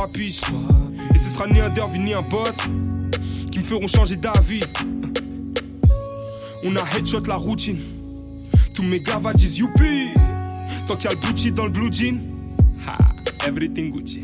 piges. Et ce sera ni un derby ni un boss qui me feront changer d'avis. On a headshot la routine. Tous mes gavas disent youpi. Tant qu'il y a le Gucci dans le blue jean, ha, everything Gucci.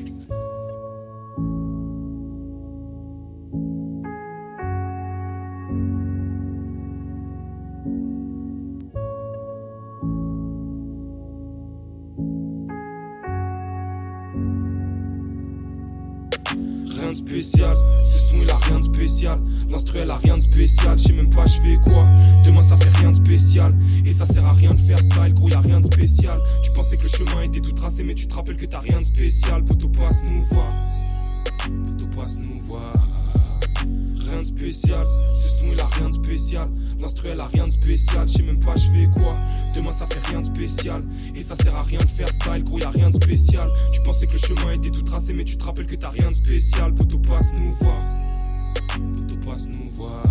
Rien de spécial, ce son il a rien de spécial. L'instru elle a rien de spécial, je sais même pas je fais quoi. Demain ça fait rien de spécial. Et ça sert à rien de faire style, gros y'a rien de spécial. Tu pensais que le chemin était tout tracé, mais tu te rappelles que t'as rien de spécial. Poto passe nous voir, poto passe nous voir. Rien de spécial, ce son il a rien de spécial. L'instru elle a rien de spécial, je sais même pas je fais quoi. Demain ça fait rien de spécial. Et ça sert à rien de faire style, gros y'a rien de spécial. Tu pensais que le chemin était tout tracé, mais tu te rappelles que t'as rien de spécial. Poto passe nous voir, poto passe nous voir.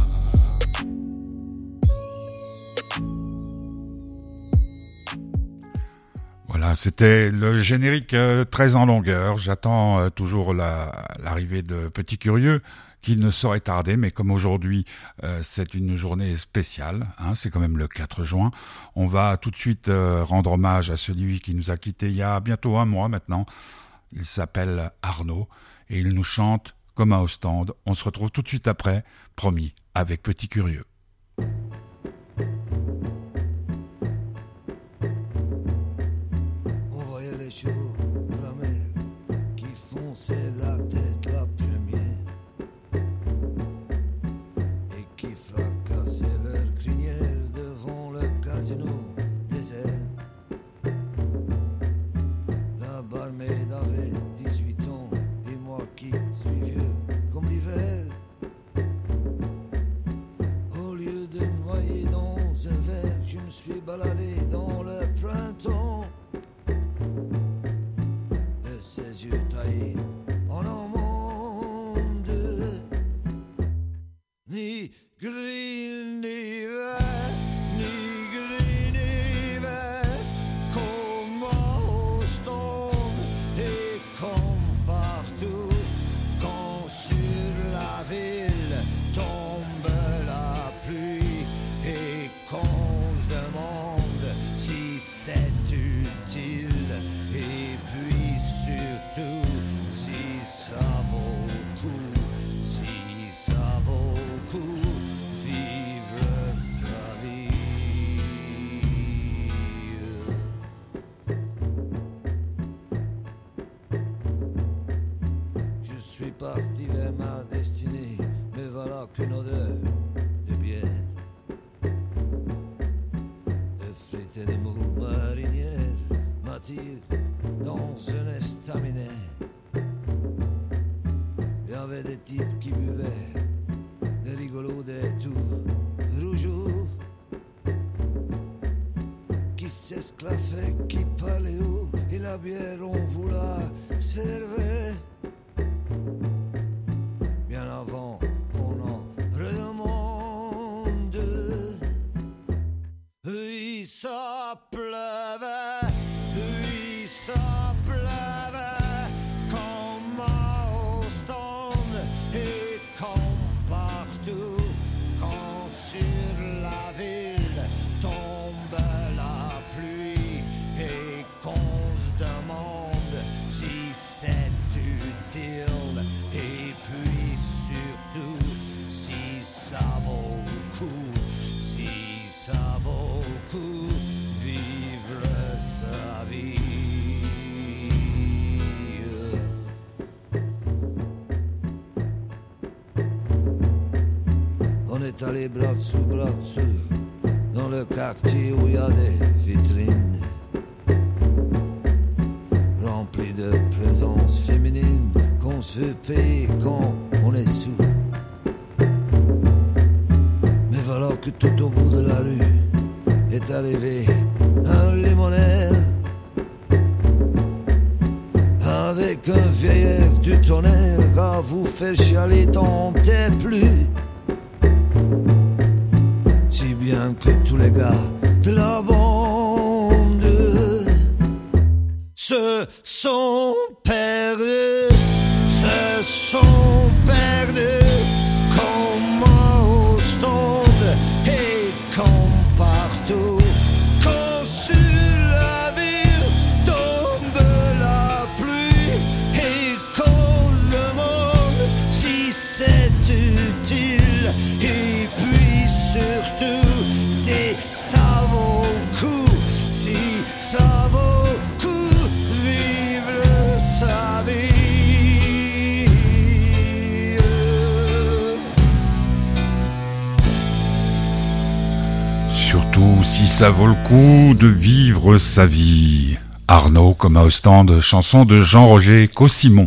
Voilà, c'était le générique très en longueur. J'attends toujours l'arrivée de Petit Curieux, qui ne saurait tarder, mais comme aujourd'hui c'est une journée spéciale, hein, c'est quand même le 4 juin, on va tout de suite rendre hommage à celui qui nous a quittés il y a bientôt un mois maintenant. Il s'appelle Arnaud et il nous chante comme à Ostende. On se retrouve tout de suite après, promis, avec Petit Curieux. On voyait les chevaux de la mer qui fonçaient la tête la première et qui fracassaient leur crinière devant le casino désert. La barmaid avait 18 ans et moi qui suis vieux comme l'hiver. Au lieu de me noyer dans un verre, je me suis baladé dans le printemps. De ses yeux taillés en amande, ni gris ni vert, ni gris ni vert, comme à Ostende et comme partout, quand sur la ville tombe la pluie et qu'on se demande si c'est utile et puis surtout si ça vaut le coup, si ça vaut le coup, vivre sa vie. Je suis parti vers ma destinée, mais voilà qu'une odeur de bière, de frites et de moules marinières m'attire dans un estaminet. Il y avait des types qui buvaient, des rigolos, des tout rougeaux, qui s'esclaffaient, qui parlaient haut, et la bière on vous la servait bien avant qu'on en redemande. Oui, ça pleuvait, oui, ça pleuvait, comme à Ostende et comme partout, quand sur la ville tombe la pluie et qu'on se demande si c'est utile et puis surtout si ça vaut le coup, si ça vaut le coup, vivre sa vie. On est allé bras dessous dans le quartier où il y a des vitrines remplies de présences féminines qu'on se fait payer quand on est sous. Mais voilà que tout au bout de la rue est arrivé un limonaire avec un vieil air du tonnerre à vous faire chialer tant et plus. Si bien que tous les gars de la bande se sont perdus sont perdus comme moi au stand et comme partout. Quand sur la ville tombe la pluie et quand le monde si c'est utile et puis surtout si ça vaut le coup, si ça vaut le coup, vivre sa vie. Surtout si ça vaut le coup de vivre sa vie. Arnaud, comme à Ostende, chanson de Jean-Roger Cossimon.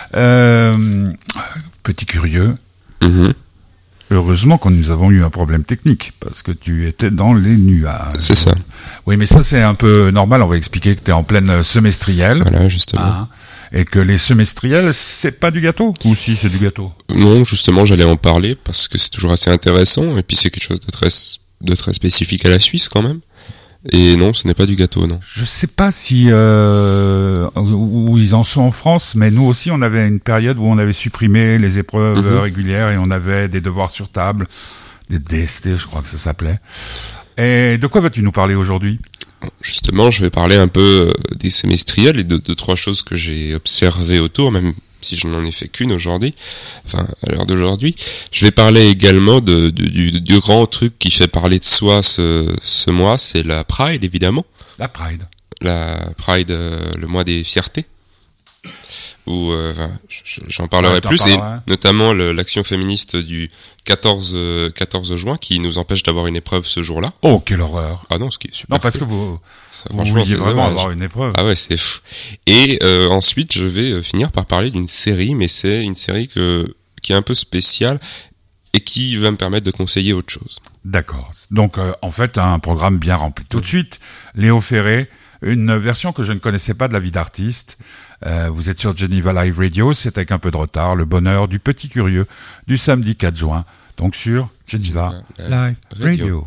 Petit curieux. Heureusement que nous avons eu un problème technique, parce que tu étais dans les nuages. C'est ça. Oui, mais ça c'est un peu normal, on va expliquer que tu es en pleine semestrielle. Voilà, justement. Ah, et que les semestriels, c'est pas du gâteau? Ou si, c'est du gâteau? Non, justement, j'allais en parler parce que c'est toujours assez intéressant et puis c'est quelque chose de très spécifique à la Suisse quand même. Et non, ce n'est pas du gâteau, non. Je sais pas si où ils en sont en France, mais nous aussi on avait une période où on avait supprimé les épreuves régulières et on avait des devoirs sur table, des DST, je crois que ça s'appelait. Et de quoi vas-tu nous parler aujourd'hui? Justement, je vais parler un peu des semestriels et de trois choses que j'ai observées autour, même si je n'en ai fait qu'une aujourd'hui, enfin à l'heure d'aujourd'hui. Je vais parler également du grand truc qui fait parler de soi ce mois, c'est la Pride, évidemment. La Pride. La Pride, le mois des fiertés. Où j'en parlerai plus, et notamment l'action féministe du 14 juin qui nous empêche d'avoir une épreuve ce jour-là. Oh, quelle horreur. Ah non, ce qui est super. Non, parce que vous vouliez vraiment avoir une épreuve. Ah ouais, c'est fou. Et ensuite, je vais finir par parler d'une série, mais c'est une série qui est un peu spéciale et qui va me permettre de conseiller autre chose. D'accord. Donc, en fait, un programme bien rempli. Tout de suite, Léo Ferré, une version que je ne connaissais pas de La vie d'artiste. Vous êtes sur Geneva Live Radio, c'est avec un peu de retard, le bonheur du petit curieux du samedi 4 juin, donc sur Geneva Live Radio.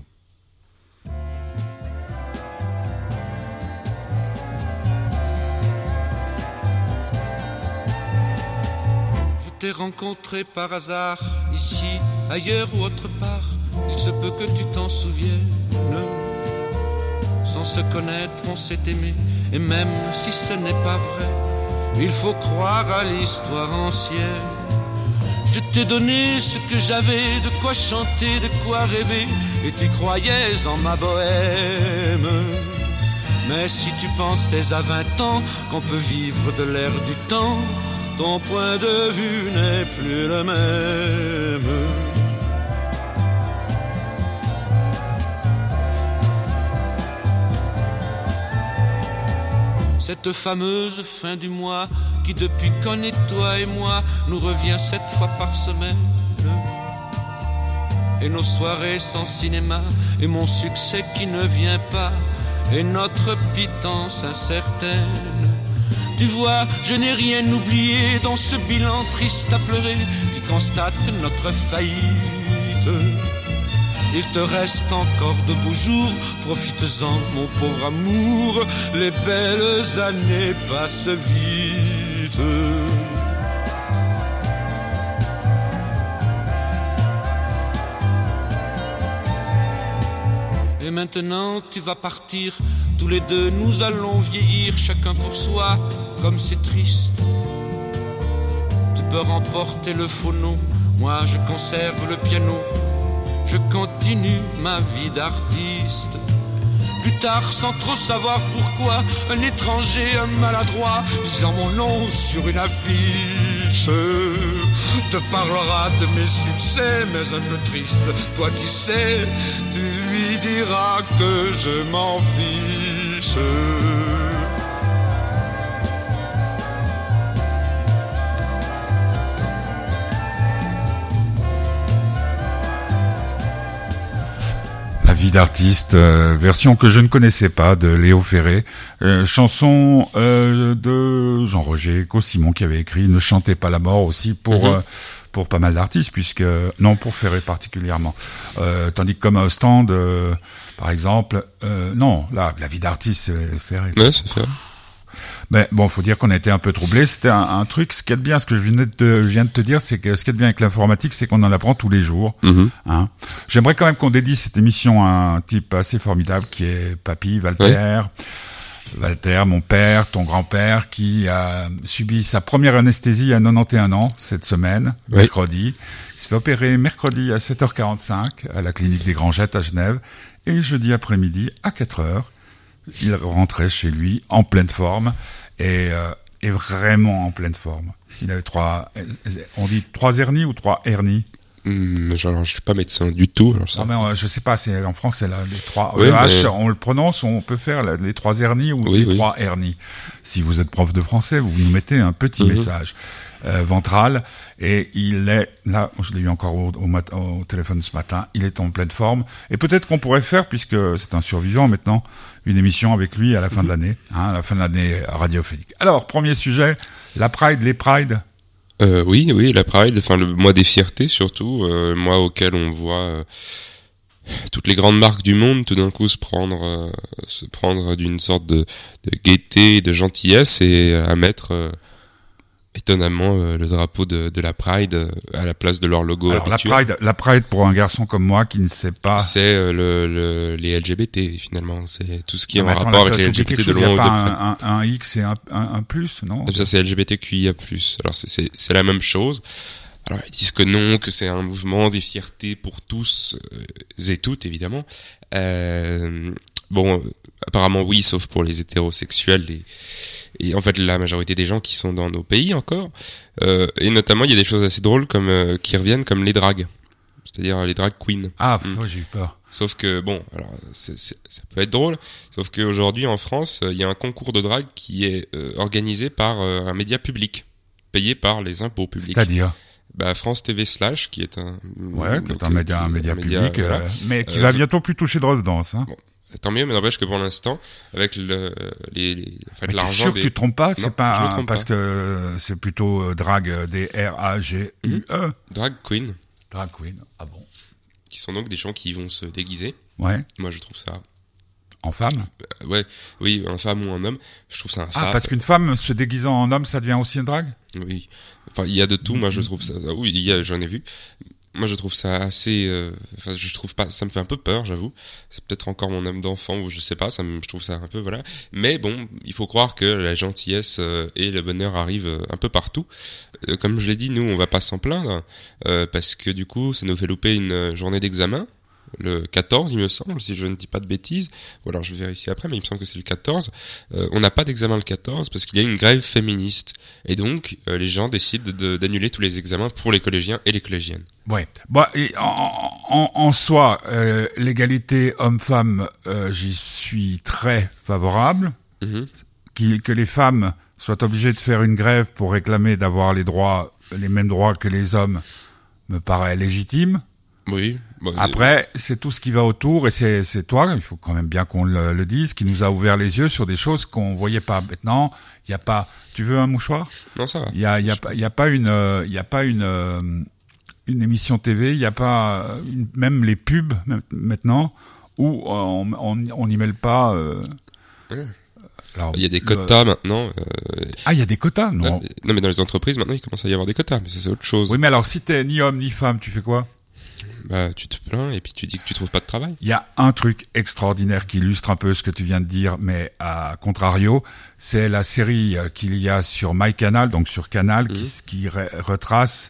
Je t'ai rencontré par hasard, ici, ailleurs ou autre part, il se peut que tu t'en souviennes. Sans se connaître, on s'est aimé, et même si ce n'est pas vrai, il faut croire à l'histoire ancienne. Je t'ai donné ce que j'avais, de quoi chanter, de quoi rêver, et tu croyais en ma bohème. Mais si tu pensais à 20 ans qu'on peut vivre de l'air du temps, ton point de vue n'est plus le même. Cette fameuse fin du mois qui depuis qu'on est toi et moi nous revient 7 fois par semaine. Et nos soirées sans cinéma et mon succès qui ne vient pas et notre pitance incertaine. Tu vois, je n'ai rien oublié dans ce bilan triste à pleurer qui constate notre faillite. Il te reste encore de beaux jours, profites-en mon pauvre amour, les belles années passent vite. Et maintenant tu vas partir, tous les deux nous allons vieillir, chacun pour soi, comme c'est triste. Tu peux remporter le phono, moi je conserve le piano. Je continue ma vie d'artiste. Plus tard, sans trop savoir pourquoi, un étranger, un maladroit, disant mon nom sur une affiche, te parlera de mes succès, mais un peu triste. Toi qui sais, tu lui diras que je m'en fiche. La vie d'artiste, version que je ne connaissais pas de Léo Ferré, chanson de Jean-Roger Cossimon qui avait écrit Ne chantez pas la mort aussi pour pas mal d'artistes, puisque non pour Ferré particulièrement. Tandis que comme à Ostende, par exemple, non, la vie d'artiste c'est Ferré. Ouais, c'est Ferré. Mais bon, faut dire qu'on a été un peu troublés. C'était un truc. Ce qui est bien, ce que je viens de te dire, c'est que ce qui est bien avec l'informatique, c'est qu'on en apprend tous les jours. Hein. J'aimerais quand même qu'on dédie cette émission à un type assez formidable qui est Papy Walter. Walter, mon père, ton grand-père, qui a subi sa première anesthésie à 91 ans cette semaine, mercredi. Il se fait opérer mercredi à 7h45 à la clinique des Grangettes à Genève. Et jeudi après-midi à 4h, il rentrait chez lui en pleine forme et vraiment en pleine forme. Il avait 3 hernies ou 3 hernies? Genre, je suis pas médecin du tout. Alors ça. Non, mais je sais pas, en France, c'est les 3. Oui, le H, on le prononce, on peut faire les 3 hernies ou les 3 hernies. Si vous êtes prof de français, vous nous mettez un petit message ventral. Et il est, là, je l'ai eu encore au téléphone ce matin, il est en pleine forme. Et peut-être qu'on pourrait faire, puisque c'est un survivant maintenant, une émission avec lui à la fin de l'année, à la fin de l'année radiophonique. Alors, premier sujet, la Pride, les Prides. Oui, la Pride, enfin le mois des fiertés surtout, mois auquel on voit toutes les grandes marques du monde tout d'un coup se prendre d'une sorte de gaieté, de gentillesse et à mettre étonnamment le drapeau de la Pride à la place de leur logo habituel. La Pride pour un garçon comme moi qui ne sait pas. C'est les LGBT finalement, c'est tout ce qui est en rapport avec les LGBT de loin ou de près. Un X et un plus, non? Ça c'est LGBTQIA+. Alors c'est la même chose. Alors ils disent que non, que c'est un mouvement des fiertés pour tous et toutes évidemment. Bon, apparemment oui, sauf pour les hétérosexuels et en fait la majorité des gens qui sont dans nos pays encore. Et notamment il y a des choses assez drôles comme qui reviennent comme les drags, c'est-à-dire les drag queens. Ah, j'ai eu peur. Sauf que bon, alors ça peut être drôle, sauf qu'aujourd'hui en France il y a un concours de drague qui est organisé par un média public, payé par les impôts publics. C'est-à-dire France TV / qui est un média public, voilà. Mais qui va bientôt plus toucher de redevance. Hein. Bon, tant mieux, mais n'empêche que pour l'instant, avec l'argent. T'es sûr que tu te trompes pas? Non, c'est pas je me parce pas. Que c'est plutôt drag, D-R-A-G-U-E. Drag queen. Drag queen. Ah bon? Qui sont donc des gens qui vont se déguiser. Ouais. Moi, je trouve ça. En femme? Oui, un femme ou un homme. Je trouve ça parce qu'une femme se déguisant en homme, ça devient aussi un drag? Oui. Enfin, il y a de tout. Moi, je trouve ça. Oui, j'en ai vu. Moi, je trouve ça assez. Je trouve pas. Ça me fait un peu peur, j'avoue. C'est peut-être encore mon âme d'enfant ou je sais pas. Je trouve ça un peu voilà. Mais bon, il faut croire que la gentillesse et le bonheur arrivent un peu partout. Comme je l'ai dit, nous, on va pas s'en plaindre parce que du coup, ça nous fait louper une journée d'examen. Le 14, il me semble, si je ne dis pas de bêtises, ou alors je vais vérifier après, mais il me semble que c'est le 14. On n'a pas d'examen le 14 parce qu'il y a une grève féministe. Et donc, les gens décident d'annuler tous les examens pour les collégiens et les collégiennes. Ouais. Bon, et en soi, l'égalité homme-femme, j'y suis très favorable. Que les femmes soient obligées de faire une grève pour réclamer d'avoir les mêmes droits que les hommes me paraît légitime. Oui. Après, c'est tout ce qui va autour et c'est toi, il faut quand même bien qu'on le dise, qui nous a ouvert les yeux sur des choses qu'on voyait pas. Maintenant, il y a pas. Tu veux un mouchoir? Non, ça va. Il y a pas une émission TV, il y a pas même les pubs maintenant où on n'y mêle pas. Alors, il y a des quotas maintenant. Il y a des quotas, non? Non, mais dans les entreprises maintenant, il commence à y avoir des quotas, mais ça c'est autre chose. Oui, mais alors si t'es ni homme ni femme, tu fais quoi? Tu te plains et puis tu dis que tu trouves pas de travail. Il y a un truc extraordinaire qui illustre un peu ce que tu viens de dire, mais à contrario, c'est la série qu'il y a sur MyCanal, donc sur Canal, qui retrace,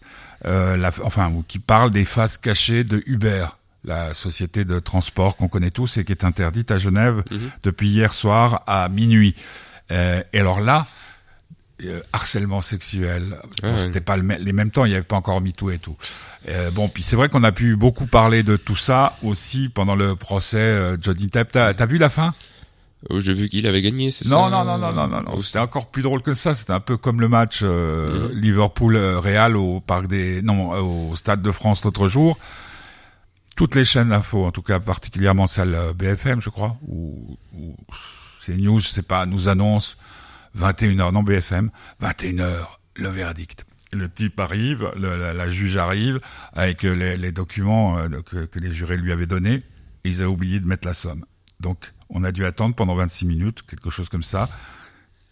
ou qui parle des faces cachées de Uber, la société de transport qu'on connaît tous et qui est interdite à Genève depuis hier soir à minuit. Et alors là, harcèlement sexuel. C'était pas les mêmes temps, il y avait pas encore MeToo et tout. Puis c'est vrai qu'on a pu beaucoup parler de tout ça aussi pendant le procès Johnny Depp. T'as vu la fin? J'ai vu qu'il avait gagné, c'est ça? Non. C'était encore plus drôle que ça. C'était un peu comme le match Liverpool-Real au Stade de France l'autre jour. Toutes les chaînes d'info, en tout cas particulièrement celle BFM, je crois, ou CNews, je sais pas, nous annonce 21h, non BFM, 21h, le verdict. Le type arrive, la juge arrive avec les documents que les jurés lui avaient donnés, et ils avaient oublié de mettre la somme. Donc, on a dû attendre pendant 26 minutes, quelque chose comme ça.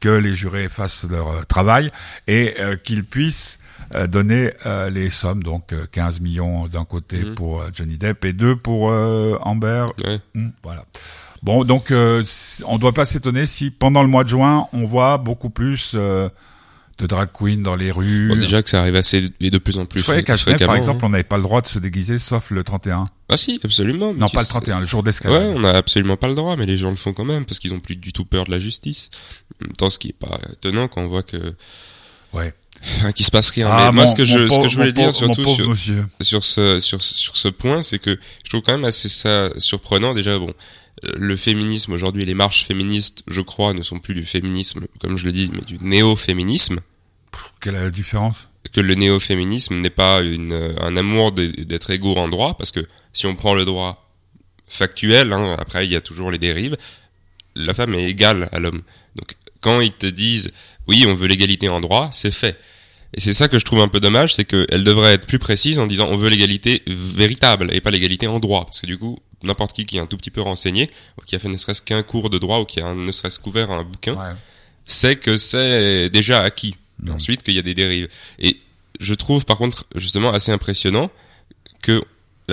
que les jurés fassent leur travail et qu'ils puissent donner les sommes, donc 15 millions d'un côté pour Johnny Depp et 2 pour Amber. Ouais. Voilà. Bon, donc on doit pas s'étonner si pendant le mois de juin, on voit beaucoup plus de drag queen dans les rues. Bon, déjà que ça arrive assez et de plus en plus Je croyais qu'à Genève, fréquemment. par exemple, on n'avait pas le droit de se déguiser sauf le 31. Ah si, absolument. Non, pas le 31, le jour d'escalade. Ouais, on n'a absolument pas le droit, mais les gens le font quand même parce qu'ils ont plus du tout peur de la justice. En même temps, ce qui est pas étonnant quand on voit que, ouais, enfin, qu'il se passe rien. Ah, mais moi, ce que je voulais dire surtout sur sur ce point, c'est que je trouve quand même assez ça surprenant. Déjà, bon, le féminisme aujourd'hui, les marches féministes, je crois, ne sont plus du féminisme, comme je le dis, mais du néo-féminisme. Quelle est la différence? Que le néo-féminisme n'est pas un amour d'être égaux en droit, parce que si on prend le droit factuel, hein, après il y a toujours les dérives, la femme est égale à l'homme. Donc quand ils te disent oui, on veut l'égalité en droit, c'est fait. Et c'est ça que je trouve un peu dommage, c'est qu'elle devrait être plus précise en disant on veut l'égalité véritable et pas l'égalité en droit, parce que du coup n'importe qui est un tout petit peu renseigné, ou qui a fait ne serait-ce qu'un cours de droit ou qui a ne serait-ce qu'ouvert un bouquin, sait que c'est déjà acquis. Et ensuite qu'il y a des dérives. Et je trouve par contre justement assez impressionnant que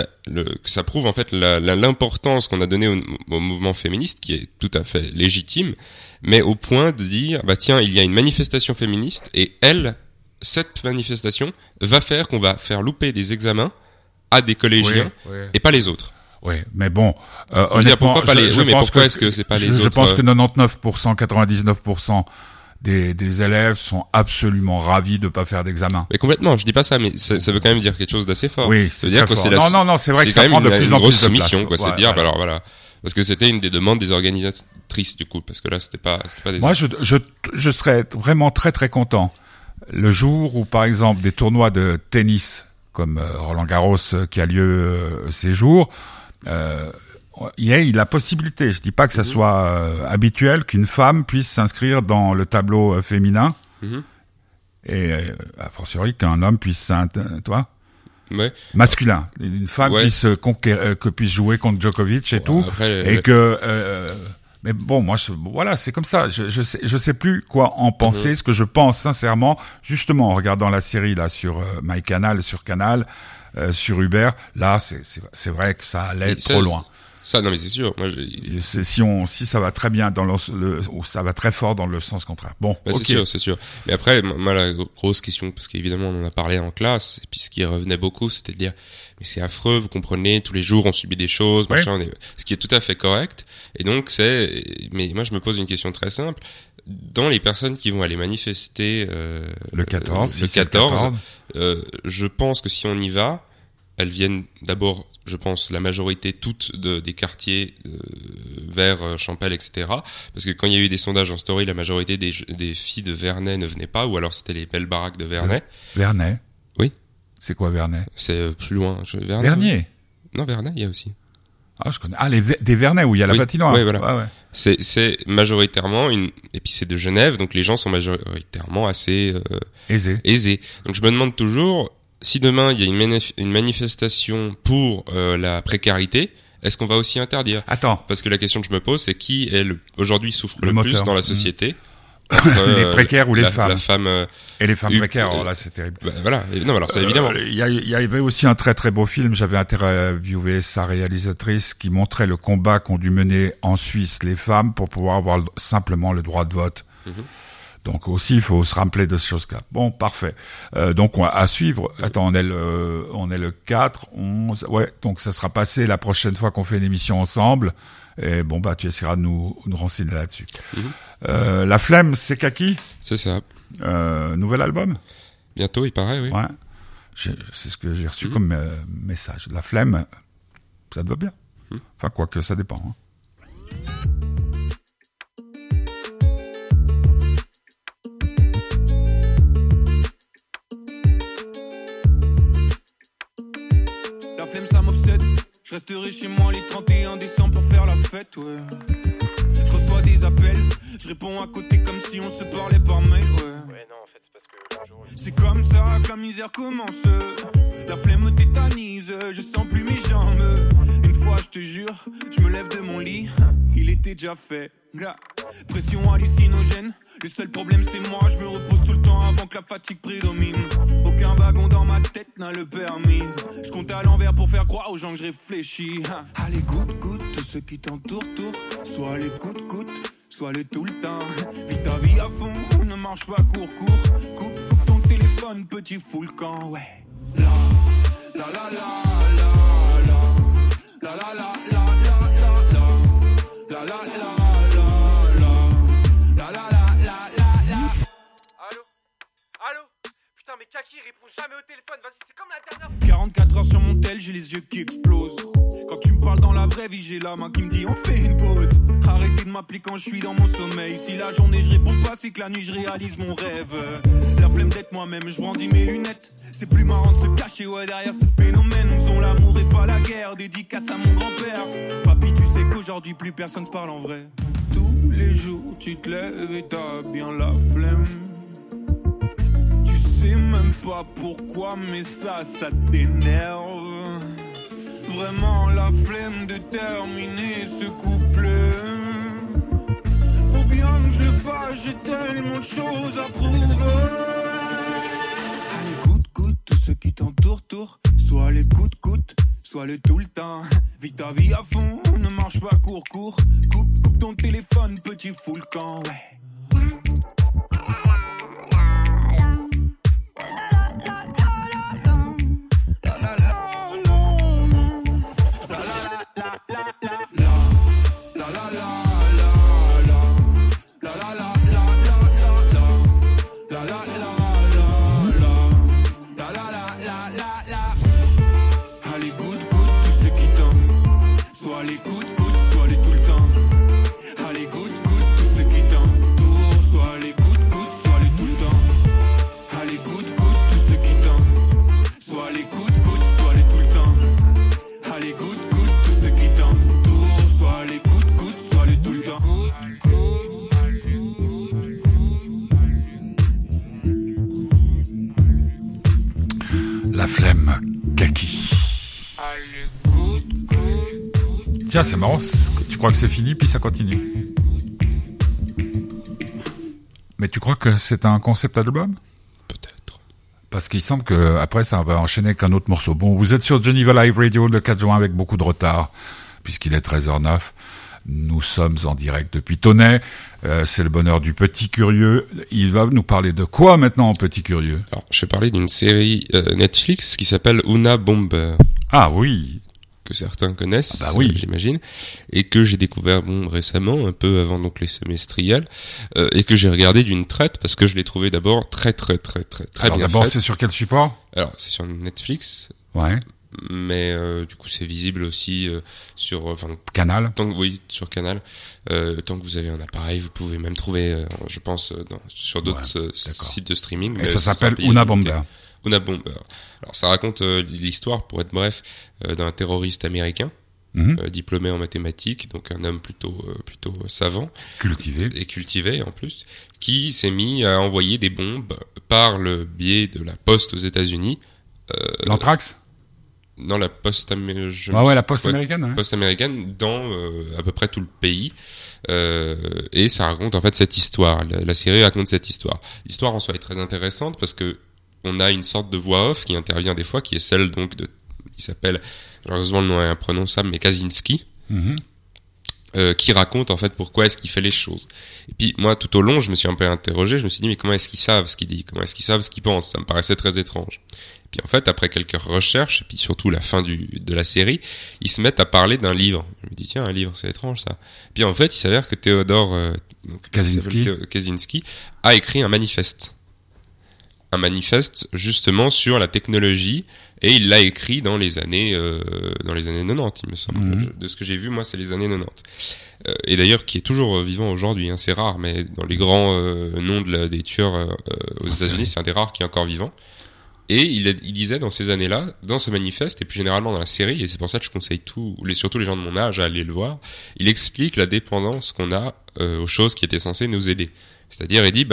ça prouve en fait l'importance qu'on a donnée au mouvement féministe, qui est tout à fait légitime, mais au point de dire bah tiens, il y a une manifestation féministe et cette manifestation va faire qu'on va faire louper des examens à des collégiens et pas les autres. Oui, mais bon, honnêtement, pourquoi pas les... je mais pense pourquoi que, est-ce que c'est pas les je autres? Je pense que 99%, 99% des élèves sont absolument ravis de pas faire d'examen. Mais complètement, je dis pas ça, mais ça veut quand même dire quelque chose d'assez fort. Oui, ça veut dire que c'est non, c'est vrai que ça prend de plus en plus de place. C'est quand même une grosse mission, quoi. C'est de dire, voilà. alors voilà. Parce que c'était une des demandes des organisatrices, du coup, parce que là, c'était pas des... Moi, je serais vraiment très très content le jour où, par exemple, des tournois de tennis, comme Roland Garros qui a lieu ces jours, il y a la possibilité, je dis pas que ça soit habituel, qu'une femme puisse s'inscrire dans le tableau féminin, et a fortiori qu'un homme puisse masculin, une femme puisse puisse jouer contre Djokovic et tout, après, et que mais bon, moi voilà, c'est comme ça, je sais plus quoi en penser. Ce que je pense sincèrement, justement en regardant la série là sur MyCanal, sur Canal, sur Uber, là c'est vrai que ça allait trop loin. Ça, non mais c'est sûr. Moi, si ça va très bien ou ça va très fort dans le sens contraire. Bon, bah, c'est sûr. Mais après, moi, la grosse question, parce qu'évidemment, on en a parlé en classe, et puis ce qui revenait beaucoup, c'était de dire, mais c'est affreux, vous comprenez, tous les jours, on subit des choses, machin, ce qui est tout à fait correct. Et donc, mais moi, je me pose une question très simple. Dans les personnes qui vont aller manifester, le 14, je pense que si on y va, elles viennent d'abord, je pense, la majorité toutes des quartiers vers Champel, etc. Parce que quand il y a eu des sondages en story, la majorité des filles de Vernet ne venaient pas, ou alors c'était les belles baraques de Vernet. Vernet? Oui. C'est quoi Vernet? C'est plus loin. Vernier? Non, Vernet, il y a aussi. Ah, je connais. Ah, des Vernets où il y a la patinoire. Oui, voilà. Ouais. C'est majoritairement et puis c'est de Genève, donc les gens sont majoritairement assez aisés. Donc je me demande toujours, si demain il y a une manifestation pour la précarité, est-ce qu'on va aussi interdire? Attends. Parce que la question que je me pose, c'est qui aujourd'hui souffre le plus dans la société? Les précaires ou les femmes. La femme et les femmes précaires. Alors là, c'est terrible. Bah, voilà. Non, alors ça évidemment. Il y avait aussi un très très beau film. J'avais interviewé sa réalisatrice qui montrait le combat qu'ont dû mener en Suisse les femmes pour pouvoir avoir simplement le droit de vote. Donc aussi, il faut se rappeler de ces choses-là. Bon, parfait. Donc à suivre. Attends, on est le 4, 11. Ouais, donc ça sera passé la prochaine fois qu'on fait une émission ensemble. Et bon, bah, tu essaieras de nous renseigner là-dessus. La Flemme, c'est Kaki? C'est ça. Nouvel album? Bientôt, il paraît, oui. Ouais. C'est ce que j'ai reçu comme message. La Flemme, ça te va bien. Enfin, quoique, ça dépend. Hein. La flemme, ça m'obsède. Je resterai chez moi les 31 décembre pour faire la fête, ouais. Je reçois des appels, je réponds à côté comme si on se parlait par mail, ouais. Ouais, non, en fait, c'est parce que le jour... C'est comme ça que la misère commence. La flemme me tétanise, je sens plus mes jambes. Une fois, je te jure, je me lève de mon lit, il était déjà fait. Pression hallucinogène, le seul problème c'est moi. Je me repose tout le temps avant que la fatigue prédomine. Aucun wagon dans ma tête n'a le permis. Je compte à l'envers pour faire croire aux gens que je réfléchis. Allez, goûte, tous ceux qui t'entourent, soit les coûte, soit le tout le temps. Vis ta vie à fond, ne marche pas court. Coupe ton téléphone, petit fou le camp, ouais. La la la la la la la la la la la la la la. Allô? Putain, mais Kaki répond jamais au téléphone, vas-y, c'est comme la dernière. 44 heures sur mon tel, j'ai les yeux qui explosent. Quand tu me parles dans la vraie vie, j'ai la main qui me dit on fait une pause. Arrêtez de m'appeler quand je suis dans mon sommeil. Si la journée je réponds pas, c'est que la nuit je réalise mon rêve. La flemme d'être moi-même, je brandis mes lunettes. C'est plus marrant de se cacher, ouais, derrière ce phénomène. Nous on l'amour et pas la guerre, dédicace à mon grand-père. Papy, tu sais qu'aujourd'hui plus personne se parle en vrai. Tous les jours tu te lèves et t'as bien la flemme. Je sais même pas pourquoi, mais ça t'énerve. Vraiment la flemme de terminer ce couple. Faut bien que je le fasse, j'ai tellement de choses à prouver. Allez, goûte, tous ceux qui t'entourent, soit les coûte, soit le tout le temps. Vis ta vie à fond, ne marche pas court. Coupe ton téléphone, petit fou le camp, ouais. Allez, goûte, tous ceux qui t'aiment. Soit les coûte, soit les tout le temps. Allez, goûte, tous ceux qui t'entourent. Soit les coûte, soit les tout le temps. Allez, goûte, tous ceux qui t'aiment. Soit les coûte, soit les tout le temps. Allez, goûte, tous ceux qui t'entourent. Soit les coûte, soit les tout le temps. La flemme, Kaki. Tiens, c'est marrant, tu crois que c'est fini, puis ça continue. Mais tu crois que c'est un concept album ? Peut-être. Parce qu'il semble que après ça va enchaîner avec un autre morceau. Bon, vous êtes sur Geneva Live Radio le 4 juin avec beaucoup de retard, puisqu'il est 13h09. Nous sommes en direct depuis Tonnet. C'est le bonheur du petit curieux. Il va nous parler de quoi maintenant, petit curieux ? Alors, je vais parler d'une série Netflix qui s'appelle Una Bomber. Ah oui. Que certains connaissent, bah oui. J'imagine, et que j'ai découvert récemment, un peu avant donc les semestriels, et que j'ai regardé d'une traite parce que je l'ai trouvé d'abord très bien fait. D'abord, c'est sur quel support ? Alors, c'est sur Netflix. Ouais. Mais du coup, c'est visible aussi sur Canal. Sur Canal. Tant que vous avez un appareil, vous pouvez même trouver, je pense, sur d'autres sites de streaming. Et ça s'appelle Una Bomber. Una Bomber. Alors, ça raconte l'histoire, pour être bref, d'un terroriste américain, diplômé en mathématiques, donc un homme plutôt savant, cultivé en plus, qui s'est mis à envoyer des bombes par le biais de la poste aux États-Unis. L'anthrax ? Non, la poste américaine. La poste américaine. Ouais. Poste américaine dans à peu près tout le pays. Et ça raconte en fait cette histoire. La série raconte cette histoire. L'histoire en soi est très intéressante parce que on a une sorte de voix off qui intervient des fois, qui est celle donc qui s'appelle, malheureusement le nom est imprononçable, mais Kaczynski, qui raconte en fait pourquoi est-ce qu'il fait les choses. Et puis moi tout au long je me suis un peu interrogé, je me suis dit mais comment est-ce qu'ils savent ce qu'il dit, comment est-ce qu'ils savent ce qu'ils pensent, ça me paraissait très étrange. Et puis en fait après quelques recherches et puis surtout la fin de la série, ils se mettent à parler d'un livre. Je me dis tiens, un livre, c'est étrange ça. Et puis en fait il s'avère que Théodore Kaczynski a écrit un manifeste justement sur la technologie, et il l'a écrit dans les années 90, il me semble. De ce que j'ai vu, moi, c'est les années 90. Et d'ailleurs, qui est toujours vivant aujourd'hui, c'est rare, mais dans les grands noms des tueurs aux États-Unis, c'est un des rares qui est encore vivant. Et il disait dans ces années-là, dans ce manifeste, et puis généralement dans la série, et c'est pour ça que je conseille surtout les gens de mon âge à aller le voir, il explique la dépendance qu'on a aux choses qui étaient censées nous aider. C'est-à-dire, il dit,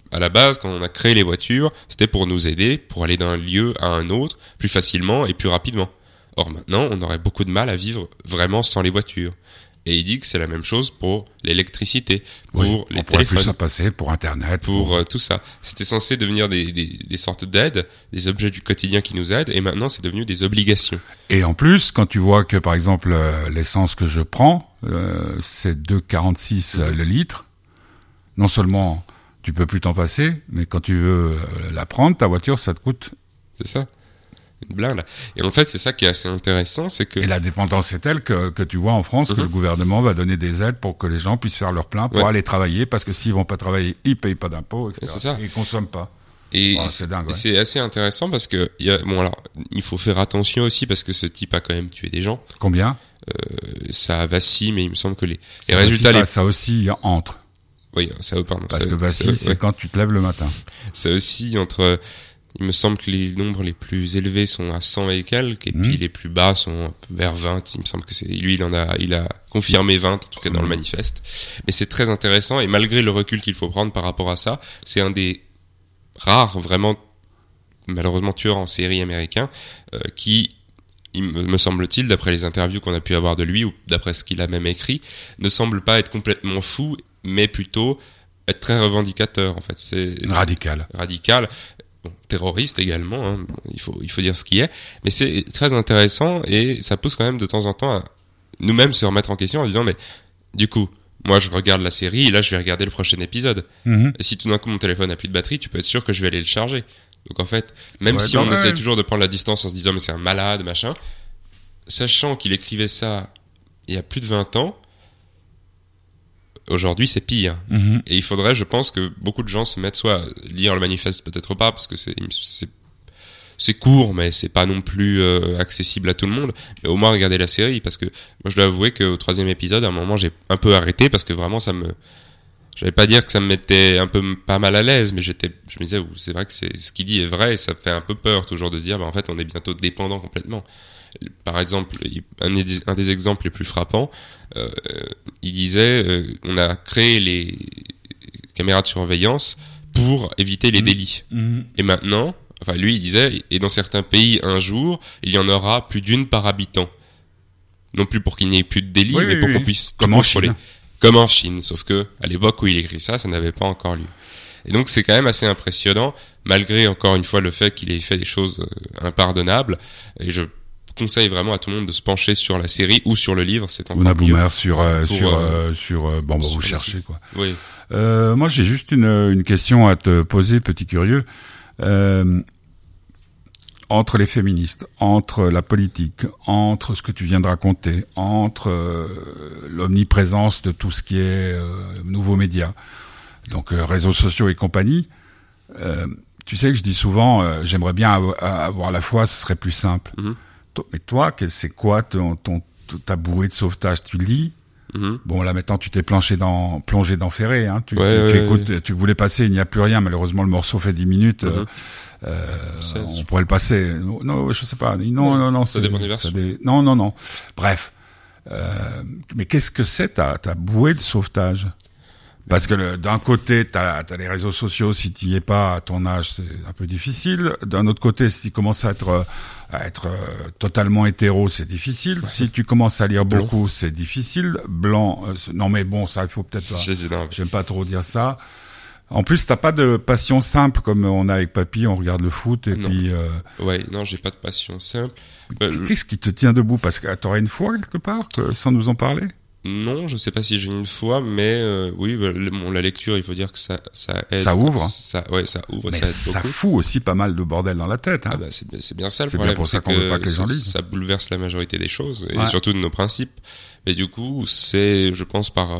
à la base, quand on a créé les voitures, c'était pour nous aider, pour aller d'un lieu à un autre, plus facilement et plus rapidement. Or maintenant, on aurait beaucoup de mal à vivre vraiment sans les voitures. Et il dit que c'est la même chose pour l'électricité, pour les on pourrait téléphones, plus s'en passer pour Internet, pour tout ça. C'était censé devenir des sortes d'aides, des objets du quotidien qui nous aident, et maintenant c'est devenu des obligations. Et en plus, quand tu vois que, par exemple, l'essence que je prends, c'est 2,46 le litre, non seulement tu peux plus t'en passer, mais quand tu veux la prendre, ta voiture, ça te coûte. C'est ça, une blinde. Et en fait, c'est ça qui est assez intéressant, c'est que... Et la dépendance est telle que tu vois en France que le gouvernement va donner des aides pour que les gens puissent faire leur plein pour aller travailler, parce que s'ils vont pas travailler, ils payent pas d'impôts, etc. C'est ça. Et ils consomment pas. Et c'est dingue, ouais. C'est assez intéressant parce que il faut faire attention aussi parce que ce type a quand même tué des gens. Combien? Ça vacille, mais il me semble que les ça résultats... Ça aussi entre. Oui, ça pardon. Parce que vacille, c'est quand tu te lèves le matin. Ça aussi entre... Il me semble que les nombres les plus élevés sont à 100 et quelques, et puis les plus bas sont vers 20. Il me semble que c'est lui, il a confirmé 20, en tout cas dans le manifeste. Mais c'est très intéressant, et malgré le recul qu'il faut prendre par rapport à ça, c'est un des rares, vraiment, malheureusement, tueurs en série américains, qui, me semble-t-il, d'après les interviews qu'on a pu avoir de lui, ou d'après ce qu'il a même écrit, ne semble pas être complètement fou, mais plutôt être très revendicateur, en fait. C'est radical. Bon, terroriste également, hein. Il faut dire ce qui est, mais c'est très intéressant et ça pousse quand même de temps en temps à nous-mêmes se remettre en question en disant mais du coup, moi je regarde la série et là je vais regarder le prochain épisode. Et si tout d'un coup mon téléphone a plus de batterie, tu peux être sûr que je vais aller le charger. Donc en fait, même si on essaie toujours de prendre la distance en se disant mais c'est un malade, machin, sachant qu'il écrivait ça il y a plus de 20 ans, aujourd'hui c'est pire. Et il faudrait, je pense, que beaucoup de gens se mettent soit à lire le manifeste, peut-être pas parce que c'est court, mais c'est pas non plus accessible à tout le monde, mais au moins regarder la série, parce que moi je dois avouer qu'au 3e épisode à un moment j'ai un peu arrêté parce que vraiment j'allais pas dire que ça me mettait un peu pas mal à l'aise, mais je me disais c'est vrai que ce qu'il dit est vrai et ça fait un peu peur toujours de se dire en fait on est bientôt dépendant complètement. Par exemple, un des exemples les plus frappants, il disait on a créé les caméras de surveillance pour éviter les délits. Et maintenant, enfin lui il disait, et dans certains pays un jour, il y en aura plus d'une par habitant. Non plus pour qu'il n'y ait plus de délits, mais pour qu'on puisse tout contrôler. Comme en Chine, sauf que à l'époque où il écrit ça n'avait pas encore lieu. Et donc c'est quand même assez impressionnant, malgré encore une fois le fait qu'il ait fait des choses impardonnables. Et je conseille vraiment à tout le monde de se pencher sur la série ou sur le livre, c'est encore mieux. Boomer bon, vous cherchez quoi. Oui. Moi j'ai juste une question à te poser, petit curieux. Entre les féministes, entre la politique, entre ce que tu viens de raconter, entre l'omniprésence de tout ce qui est nouveaux médias, donc réseaux sociaux et compagnie, tu sais que je dis souvent, j'aimerais bien avoir la foi, ce serait plus simple. Mais toi, c'est quoi ta bouée de sauvetage? Tu lis? Bon, là maintenant tu t'es plongé dans Ferré, hein. Tu écoutes, tu voulais passer, il n'y a plus rien. Malheureusement, le morceau fait 10 minutes. On pourrait le passer. Non, je sais pas. Non. Ça dépend des versions. Non. Bref. Mais qu'est-ce que c'est ta bouée de sauvetage? Parce que d'un côté, t'as les réseaux sociaux, si t'y es pas à ton âge, c'est un peu difficile. D'un autre côté, si tu commences à être totalement hétéro, c'est difficile. Ouais. Si tu commences à lire beaucoup, c'est difficile. Blanc, non mais bon, ça il faut peut-être pas. J'aime pas trop dire ça. En plus, t'as pas de passion simple comme on a avec papy, on regarde le foot et puis. Ouais, non, j'ai pas de passion simple. Qu'est-ce qui te tient debout? Parce que t'aurais une foi quelque part, sans nous en parler? Non, je sais pas si j'ai une foi, mais oui, la lecture, il faut dire que ça aide. Ça ouvre. Ça ouvre. Mais ça fout aussi pas mal de bordel dans la tête. Hein. Ah bah c'est bien ça le problème. C'est bien pour ça qu'on veut pas que les gens lisent. Ça bouleverse la majorité des choses et surtout de nos principes. Et du coup, c'est, je pense par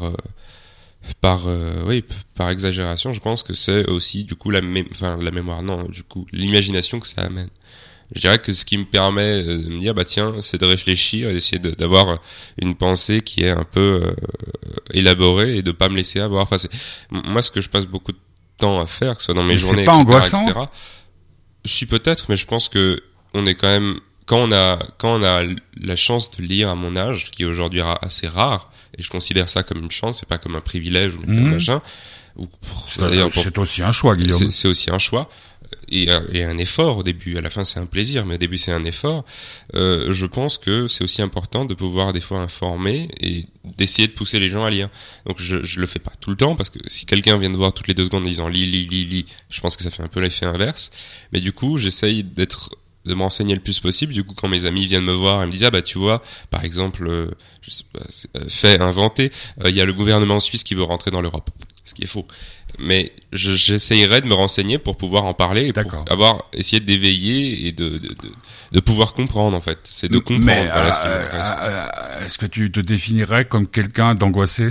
exagération, je pense que c'est aussi du coup la mémoire, non, du coup l'imagination que ça amène. Je dirais que ce qui me permet de me dire tiens, c'est de réfléchir et d'essayer d'avoir une pensée qui est un peu élaborée et de pas me laisser avoir. Enfin, c'est moi ce que je passe beaucoup de temps à faire, que ce soit dans mes journées, etc. Si peut-être, mais je pense que on est quand même quand on a la chance de lire à mon âge, qui est aujourd'hui assez rare, et je considère ça comme une chance, c'est pas comme un privilège ou comme machin. C'est aussi un choix, Guillaume. C'est aussi un choix. Et un effort au début. À la fin, c'est un plaisir, mais au début, c'est un effort. Je pense que c'est aussi important de pouvoir des fois informer et d'essayer de pousser les gens à lire. Donc, je le fais pas tout le temps, parce que si quelqu'un vient de voir toutes les 2 secondes en disant lis, je pense que ça fait un peu l'effet inverse. Mais du coup, j'essaye de me renseigner le plus possible. Du coup, quand mes amis viennent me voir et me disent ah bah tu vois, par exemple, je sais pas, inventer, il y a le gouvernement suisse qui veut rentrer dans l'Europe, ce qui est faux. Mais j'essayerai de me renseigner pour pouvoir en parler et pour essayer d'éveiller et de pouvoir comprendre, en fait. C'est de comprendre. Mais, voilà ce qui m'intéresse. Est-ce que tu te définirais comme quelqu'un d'angoissé?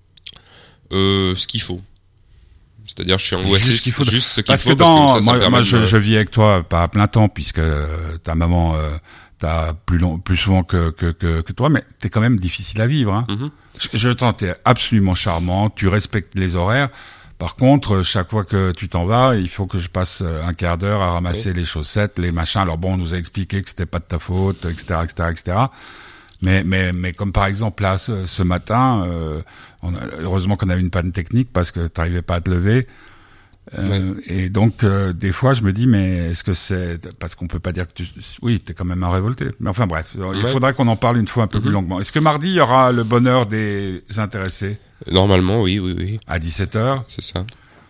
Ce qu'il faut. C'est-à-dire, je suis angoissé juste ce qu'il faut, parce que ça moi je vis avec toi pas à plein temps, puisque ta maman t'as plus souvent que toi, mais t'es quand même difficile à vivre, hein. Mm-hmm. Je t'entends, t'es absolument charmant, tu respectes les horaires. Par contre, chaque fois que tu t'en vas, il faut que je passe un quart d'heure à ramasser les chaussettes, les machins. Alors bon, on nous a expliqué que c'était pas de ta faute, etc. Mais comme par exemple là, ce matin, heureusement qu'on a eu une panne technique parce que t'arrivais pas à te lever. Et donc des fois je me dis, mais est-ce que c'est parce qu'on peut pas dire que oui, t'es quand même un révolté. Mais enfin bref, il faudra qu'on en parle une fois un peu plus longuement. Est-ce que mardi il y aura le bonheur des intéressés? Normalement, oui. À 17h. C'est ça.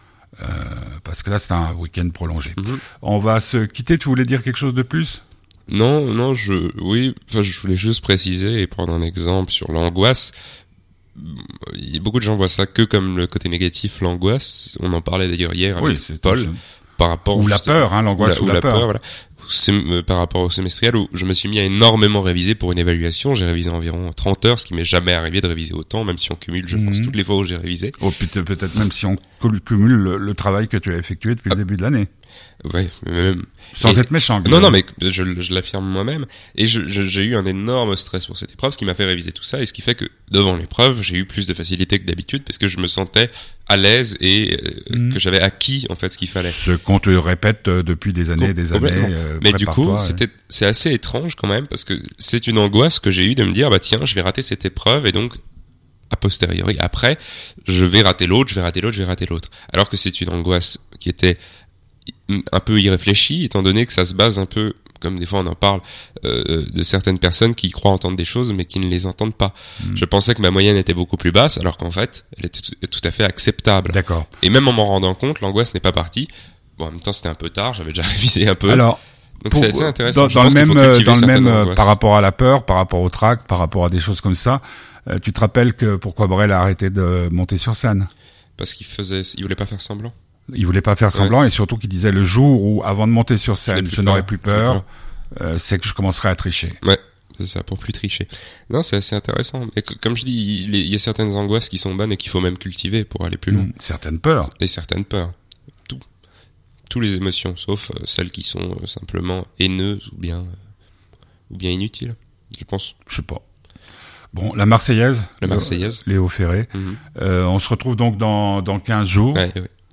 Parce que là c'est un week-end prolongé. On va se quitter. Tu voulais dire quelque chose de plus? Non, je voulais juste préciser et prendre un exemple sur l'angoisse. Beaucoup de gens voient ça que comme le côté négatif, l'angoisse. On en parlait d'ailleurs hier avec Paul. Par rapport ou la peur, hein, l'angoisse ou la peur. Voilà. Par rapport au semestriel où je me suis mis à énormément réviser pour une évaluation. J'ai révisé environ 30 heures, ce qui m'est jamais arrivé de réviser autant, même si on cumule, je pense, toutes les fois où j'ai révisé. Peut-être même si on cumule le travail que tu as effectué depuis le début de l'année. Ouais, sans être méchant. Non, mais je l'affirme moi-même. Et j'ai eu un énorme stress pour cette épreuve, ce qui m'a fait réviser tout ça, et ce qui fait que devant l'épreuve, j'ai eu plus de facilité que d'habitude, parce que je me sentais à l'aise et que j'avais acquis en fait ce qu'il fallait. Ce qu'on te répète depuis des années et des années. Mais du coup, c'est assez étrange quand même, parce que c'est une angoisse que j'ai eue de me dire bah tiens, je vais rater cette épreuve, et donc a posteriori, après, je vais rater l'autre. Alors que c'est une angoisse qui était un peu irréfléchie, étant donné que ça se base un peu, comme des fois on en parle, de certaines personnes qui croient entendre des choses mais qui ne les entendent pas. Je pensais que ma moyenne était beaucoup plus basse, alors qu'en fait, elle était tout à fait acceptable. D'accord. Et même en m'en rendant compte, l'angoisse n'est pas partie. Bon, en même temps, c'était un peu tard, j'avais déjà révisé un peu. Alors, donc c'est assez intéressant. Dans le même par rapport à la peur, par rapport au trac, par rapport à des choses comme ça, tu te rappelles que pourquoi Brel a arrêté de monter sur scène? Parce qu'il voulait pas faire semblant. Il voulait pas faire semblant, et surtout qu'il disait le jour où, avant de monter sur scène, je n'aurai plus peur, c'est que je commencerai à tricher. Ouais, c'est ça, pour plus tricher. Non, c'est assez intéressant. Mais comme je dis, il y a certaines angoisses qui sont bonnes et qu'il faut même cultiver pour aller plus loin. Certaines peurs. Et certaines peurs. Toutes les émotions, sauf celles qui sont simplement haineuses ou bien inutiles, je pense. Je sais pas. Bon, la Marseillaise. Léo Ferré. On se retrouve donc dans 15 jours. Ouais.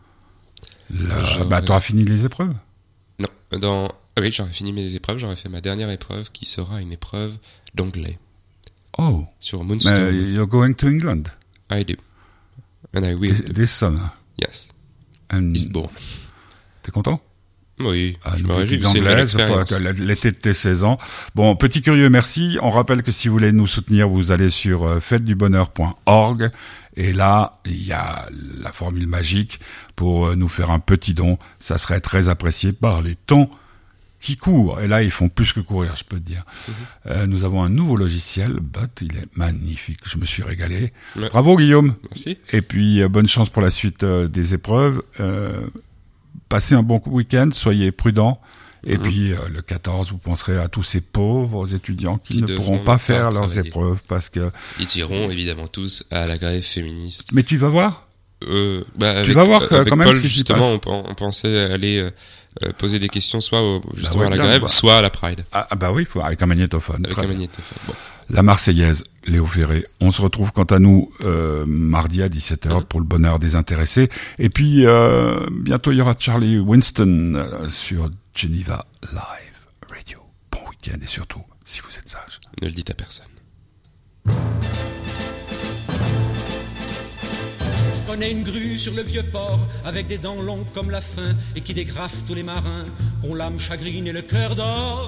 T'auras fini les épreuves? Non, oui, j'aurais fini mes épreuves, j'aurais fait ma dernière épreuve qui sera une épreuve d'anglais. Oh. Sur Moonstone. You're going to England? I do. And I will. This summer? Yes. Eastbourne. T'es content? Oui, je me réjouis. C'est une belle expérience. L'été de tes 16 ans. Bon, petit curieux, merci. On rappelle que si vous voulez nous soutenir, vous allez sur fêtedubonheur.org. Et là, il y a la formule magique pour nous faire un petit don. Ça serait très apprécié par les temps qui courent. Et là, ils font plus que courir, je peux te dire. Nous avons un nouveau logiciel, il est magnifique. Je me suis régalé. Ouais. Bravo, Guillaume. Merci. Et puis, bonne chance pour la suite des épreuves. Passez un bon week-end, soyez prudents. Et puis, le 14, vous penserez à tous ces pauvres étudiants qui ne pourront pas faire leurs épreuves parce que... Ils iront évidemment tous à la grève féministe. Mais tu vas voir? Tu vas voir quand même Paul, ce qui justement, on pensait aller poser des questions soit à la grève, soit à la Pride. Oui, avec un magnétophone. Avec un magnétophone, bon. La Marseillaise, Léo Ferré. On se retrouve quant à nous mardi à 17h pour le bonheur des intéressés. Et puis, bientôt, il y aura Charlie Winston sur Geneva Live Radio. Bon week-end et surtout, si vous êtes sage, ne le dites à personne. Je connais une grue sur le vieux port, avec des dents longues comme la faim, et qui dégrafe tous les marins, qu'ont l'âme chagrine et le cœur d'or.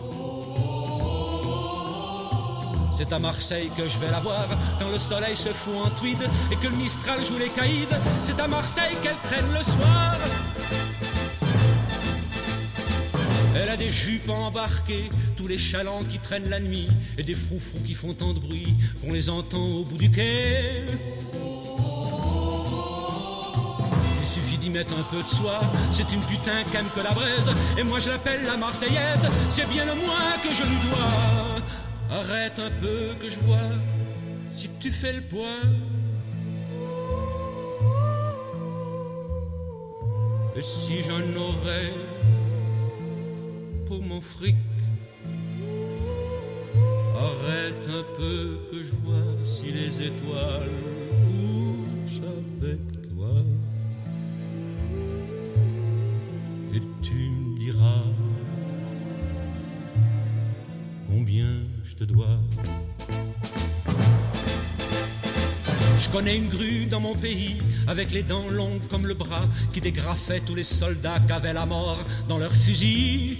C'est à Marseille que je vais la voir, quand le soleil se fout en tweed, et que le Mistral joue les caïds. C'est à Marseille qu'elle traîne le soir. Elle a des jupes embarquées, tous les chalands qui traînent la nuit, et des froufrous qui font tant de bruit qu'on les entend au bout du quai. Il suffit d'y mettre un peu de soi, c'est une putain qu'aime que la braise, et moi je l'appelle la Marseillaise, c'est bien le moins que je lui dois. Arrête un peu que je vois, si tu fais le poids. Et si j'en aurais pour mon fric, arrête un peu que je vois si les étoiles couchent avec toi. Et tu me diras combien je te dois. Je connais une grue dans mon pays, avec les dents longues comme le bras, qui dégrafait tous les soldats qu'avaient la mort dans leurs fusils.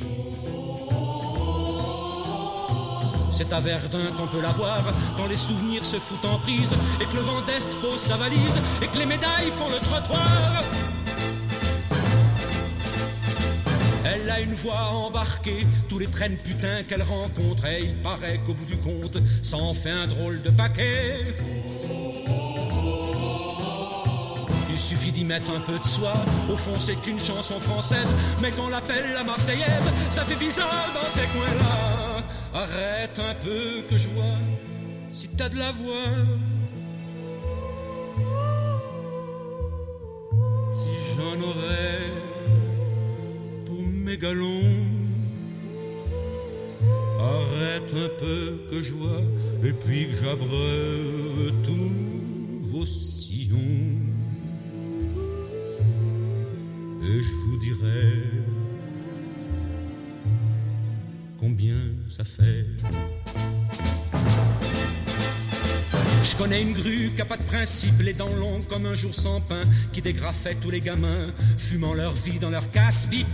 C'est à Verdun qu'on peut la voir, quand les souvenirs se foutent en prise, et que le vent d'Est pose sa valise, et que les médailles font le trottoir. Elle a une voix embarquée, tous les traînes putains qu'elle rencontre, et il paraît qu'au bout du compte, ça en fait un drôle de paquet. Il suffit d'y mettre un peu de soi, au fond c'est qu'une chanson française, mais quand on l'appelle la Marseillaise, ça fait bizarre dans ces coins-là. Arrête un peu que je vois, si t'as de la voix. Si j'en aurais pour mes galons, arrête un peu que je vois, et puis que j'abreuve tous vos sillons. Et je vous dirai combien ça fait. Je connais une grue qui a pas de principe, les dents longues comme un jour sans pain, qui dégrafait tous les gamins, fumant leur vie dans leur casse-pipe.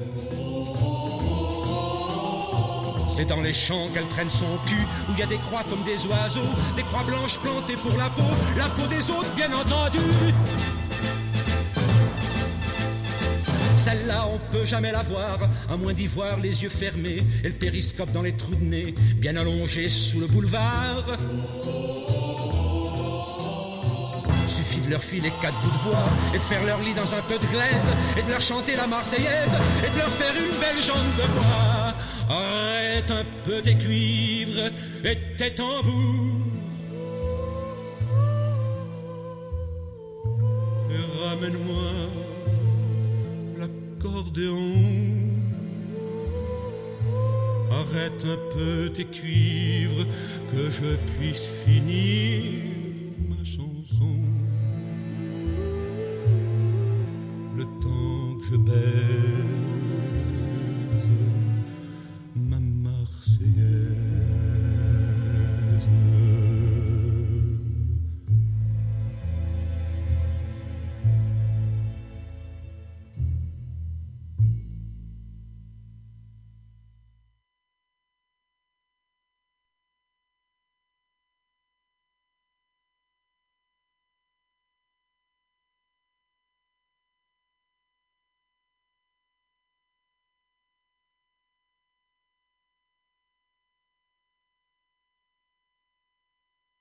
C'est dans les champs qu'elle traîne son cul, où il y a des croix comme des oiseaux, des croix blanches plantées pour la peau des autres bien entendu. Celle-là, on peut jamais la voir, à moins d'y voir les yeux fermés et le périscope dans les trous de nez, bien allongé sous le boulevard. Suffit de leur filer 4 bouts de bois et de faire leur lit dans un peu de glaise et de leur chanter la Marseillaise et de leur faire une belle jambe de bois. Arrête un peu tes cuivres et tes tambours et ramène-moi l'accordéon. Arrête un peu tes cuivres, que je puisse finir ma chanson. Le temps que je baise